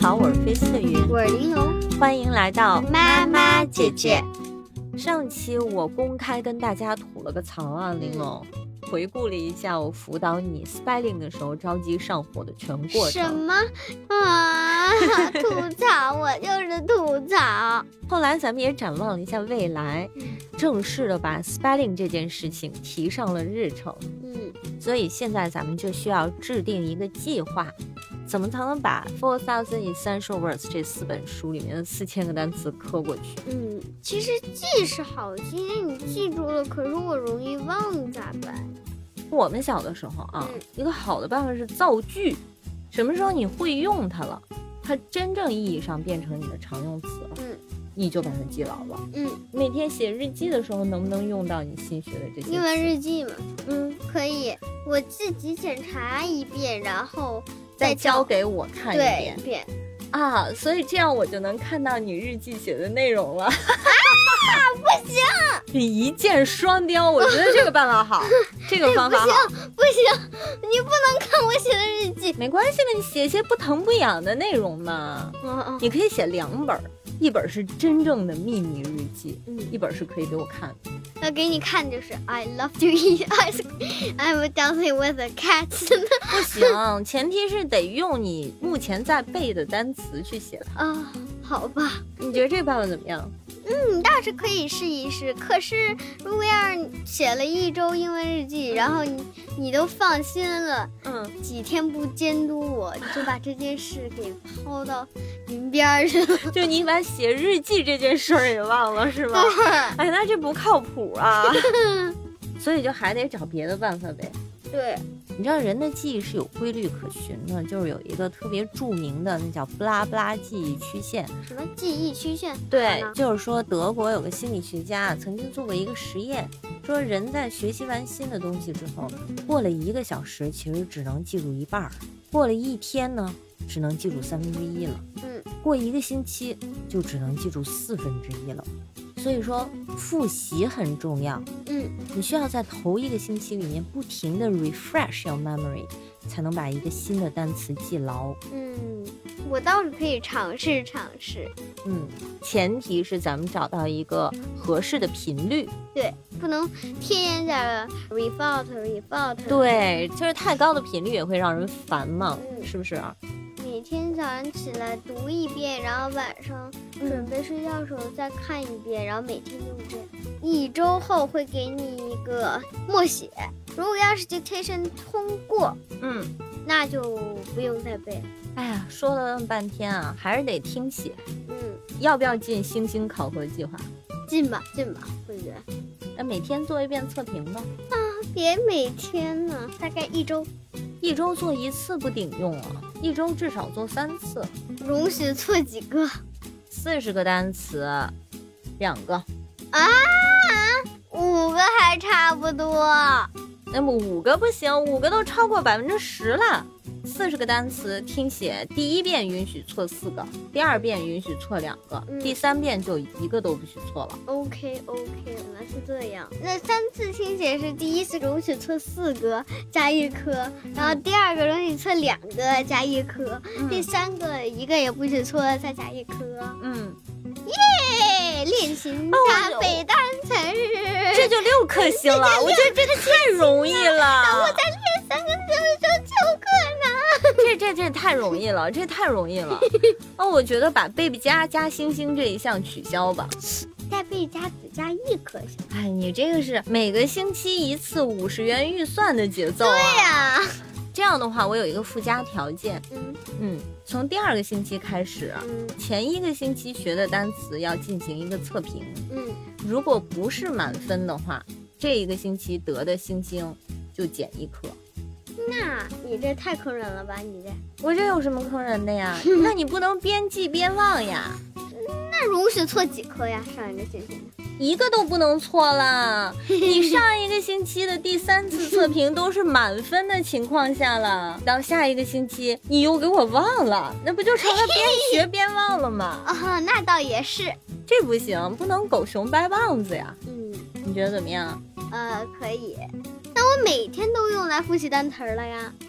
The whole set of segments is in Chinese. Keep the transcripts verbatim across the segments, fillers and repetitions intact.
好，我是菲斯的云， 我是玲珑， 欢迎来到妈妈姐姐。 上期我公开跟大家吐了个槽啊，玲珑、嗯、回顾了一下我辅导你 spelling 的时候着急上火的全过程。 什么啊？吐槽，我就是吐槽。 后来咱们也展望了一下未来，正式的把 spelling 这件事情提上了日程。 嗯， 所以现在咱们就需要制定一个计划，怎么才能把 Four Thousand Essential Words 这四本书里面的四千个单词刻过去？ 嗯，其实记是好记，因为你记住了，可是我容易忘咋办？ 我们小的时候啊、 嗯， 一个好的办法是造句，什么时候你会用它了，它真正意义上变成你的常用词了， 嗯， 你就把它记牢了。 嗯， 每天写日记的时候，能不能用到你新学的这些？ 英文日记嘛， 嗯， 可以，我自己检查一遍，然后再交给我看一遍。 对，一遍啊，所以这样我就能看到你日记写的内容了。啊， 不行， 你一箭双雕，我觉得这个办法好，这个方法好。 不行，不行，你不能看我写的日记。 没关系嘛，你写一些不疼不痒的内容嘛。 嗯嗯， 你可以写两本，一本是真正的秘密日记， 嗯， 一本是可以给我看的。 那给你看就是 I love to eat ice cream. I'm dancing with a cat. 不行，前提是得用你目前在背的单词去写它。 啊，好吧。 你觉得这个办法怎么样？ 嗯，倒是可以试一试。可是如果要是写了一周英文日记，然后你你都放心了， 嗯，几天不监督我，你就把这件事给抛到云边去了。 就你把写日记这件事儿也忘了是吗？哎，那这不靠谱啊。所以就还得找别的办法呗。 对， 你知道人的记忆是有规律可循的，就是有一个特别著名的，那叫布拉布拉记忆曲线。 什么记忆曲线？ 对，就是说德国有个心理学家曾经做过一个实验，说人在学习完新的东西之后，过了一个小时其实只能记住一半，过了一天呢只能记住三分之一了， 嗯， 过一个星期就只能记住四分之一了。所以说复习很重要， 嗯， 你需要在头一个星期里面不停的 refresh your memory， 才能把一个新的单词记牢。 嗯，我倒是可以尝试尝试。 嗯，前提是咱们找到一个合适的频率。 对，不能天天在 refault refault。 对，就是太高的频率也会让人烦嘛， 嗯， 是不是？ 每天早上起来读一遍，然后晚上准备睡觉的时候再看一遍，然后每天就这样。一周后会给你一个默写，如果要是 dictation 通过， 嗯， 那就不用再背了。 哎呀，说了那么半天啊，还是得听写。 嗯， 要不要进星星考核计划？ 进吧，进吧，我觉得。 那每天做一遍测评吧。 啊，别每天呢，大概一周。 一周做一次不顶用啊，一周至少做三次。 容许错几个？ 四十个单词，两个。 啊，五个还差不多。 那么五个不行，五个都超过百分之十了。四十个单词听写，第一遍允许错四个，第二遍允许错两个， 嗯， 第三遍就一个都不许错了。 OK OK， 原来是这样。那三次听写是第一次容许错四个加一颗，然后第二个容许错两个加一颗，嗯，第三个一个也不许错再加一颗。 嗯， 耶，练习加背单词，哦， 这就六颗星了。我觉得这个太容易了。 那我再练三个字就九个呢。 这这这太容易了，这太容易了。那，哦，我觉得把贝贝加加星星这一项取消吧。 带贝加只加一颗星。 哎，你这个是每个星期一次五十元预算的节奏啊。 对呀，啊， 这样的话我有一个附加条件。 嗯嗯，从第二个星期开始， 嗯， 前一个星期学的单词要进行一个测评。 嗯， 如果不是满分的话，这一个星期得的星星就减一颗。 那你这太坑人了吧？你这我这有什么坑人的呀？那你不能边记边忘呀。 那容许错几颗呀？上一个星期一个都不能错了。你上一个星期的第三次测评都是满分的情况下了，到下一个星期你又给我忘了，那不就成了边学边忘了吗？ 哦，那倒也是。 这不行，不能狗熊掰棒子呀。 嗯， 你觉得怎么样？ 呃，可以。那我每天都用来复习单词了呀。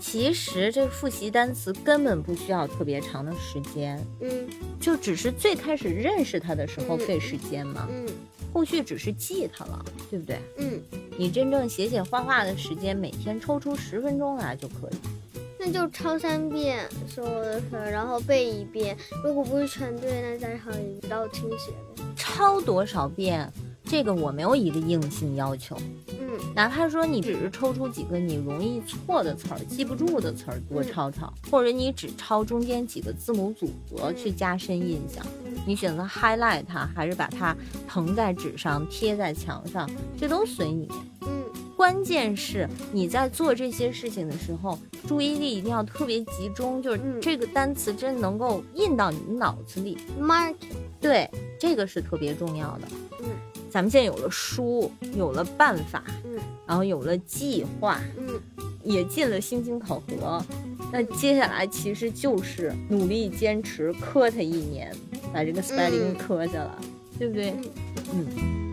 其实这复习单词根本不需要特别长的时间， 嗯， 就只是最开始认识它的时候嗯费时间嘛， 嗯后续只是记它了，对不对？ 嗯， 你真正写写画画的时间，每天抽出十分钟来就可以。 那就抄三遍所有的事儿，然后背一遍。如果不是全对，那再抄一道听写的。 抄多少遍，这个我没有一个硬性要求。 嗯， 哪怕说你只是抽出几个你容易错的词儿、记不住的词儿多抄抄，或者你只抄中间几个字母组合去加深印象。你选择 highlight 它，还是把它誊在纸上贴在墙上，这都随你。 嗯， 关键是你在做这些事情的时候，注意力一定要特别集中，就是这个单词真能够印到你的脑子里。 mark， 对，这个是特别重要的。 嗯， 咱们现在有了书，有了办法， 嗯， 然后有了计划， 嗯， 也进了星星考核。那接下来其实就是努力坚持，磕它一年，把这个 spelling 磕下了，对不对？嗯。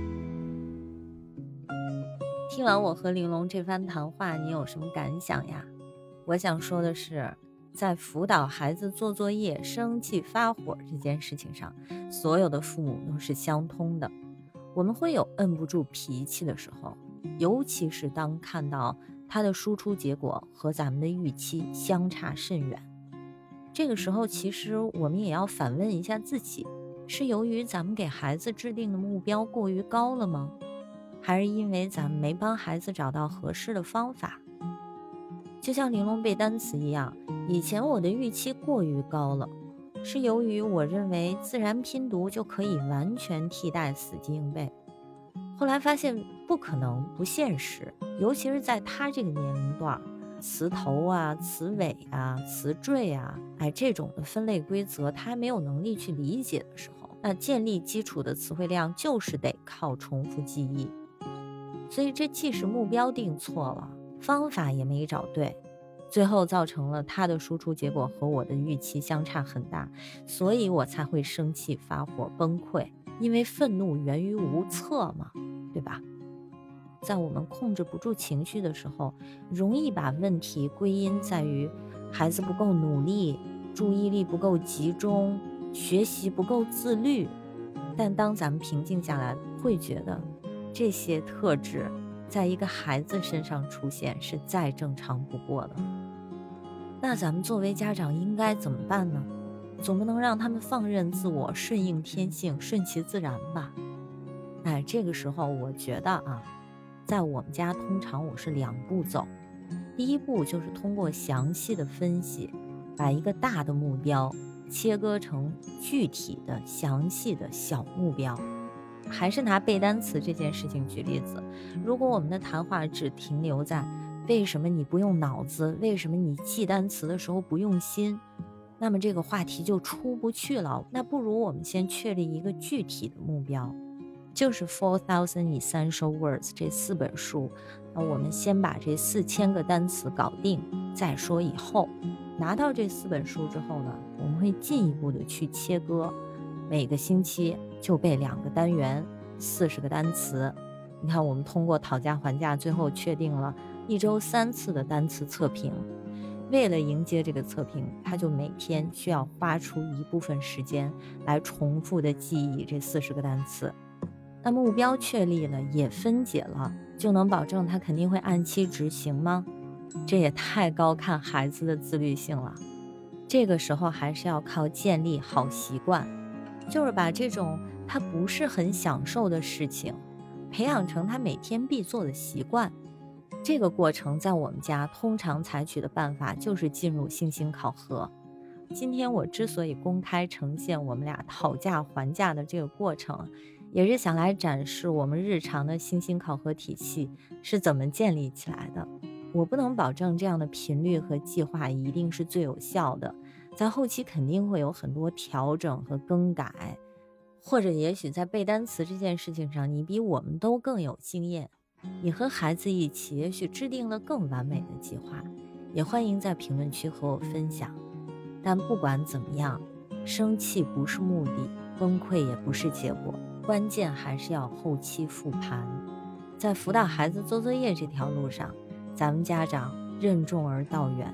听完我和玲珑这番谈话，你有什么感想呀？我想说的是，在辅导孩子做作业、生气发火这件事情上，所有的父母都是相通的。我们会有摁不住脾气的时候，尤其是当看到他的输出结果和咱们的预期相差甚远。这个时候，其实我们也要反问一下自己，是由于咱们给孩子制定的目标过于高了吗？还是因为咱们没帮孩子找到合适的方法？就像玲珑背单词一样，以前我的预期过于高了，是由于我认为自然拼读就可以完全替代死记硬背。后来发现不可能，不现实，尤其是在他这个年龄段，词头啊、词尾啊、词缀啊，哎，这种的分类规则他还没有能力去理解的时候，那建立基础的词汇量就是得靠重复记忆。所以这既是目标定错了，方法也没找对，最后造成了他的输出结果和我的预期相差很大，所以我才会生气发火崩溃，因为愤怒源于无策嘛，对吧？在我们控制不住情绪的时候，容易把问题归因在于孩子不够努力，注意力不够集中，学习不够自律。但当咱们平静下来，会觉得这些特质在一个孩子身上出现是再正常不过的。那咱们作为家长应该怎么办呢？总不能让他们放任自我，顺应天性，顺其自然吧。哎，这个时候我觉得啊，在我们家通常我是两步走。第一步就是通过详细的分析，把一个大的目标切割成具体的详细的小目标。还是拿背单词这件事情举例子，如果我们的谈话只停留在为什么你不用脑子，为什么你记单词的时候不用心，那么这个话题就出不去了。那不如我们先确立一个具体的目标，就是 four thousand Essential Words 这四本书，那我们先把这四千个单词搞定再说。以后拿到这四本书之后呢，我们会进一步的去切割，每个星期就背两个单元，四十个单词。你看，我们通过讨价还价，最后确定了一周三次的单词测评。为了迎接这个测评，他就每天需要花出一部分时间来重复的记忆这四十个单词。那目标确立了，也分解了，就能保证他肯定会按期执行吗？这也太高看孩子的自律性了。这个时候还是要靠建立好习惯，就是把这种他不是很享受的事情培养成他每天必做的习惯。这个过程在我们家通常采取的办法就是进入星星考核。今天我之所以公开呈现我们俩讨价还价的这个过程，也是想来展示我们日常的星星考核体系是怎么建立起来的。我不能保证这样的频率和计划一定是最有效的，在后期肯定会有很多调整和更改，或者也许在背单词这件事情上你比我们都更有经验，你和孩子一起也许制定了更完美的计划，也欢迎在评论区和我分享。但不管怎么样，生气不是目的，崩溃也不是结果，关键还是要后期复盘。在辅导孩子做作业这条路上，咱们家长任重而道远，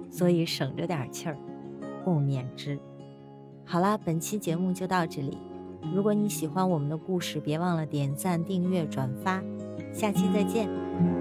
所以省着点气儿，共勉之。好啦，本期节目就到这里。如果你喜欢我们的故事，别忘了点赞、订阅、转发。下期再见。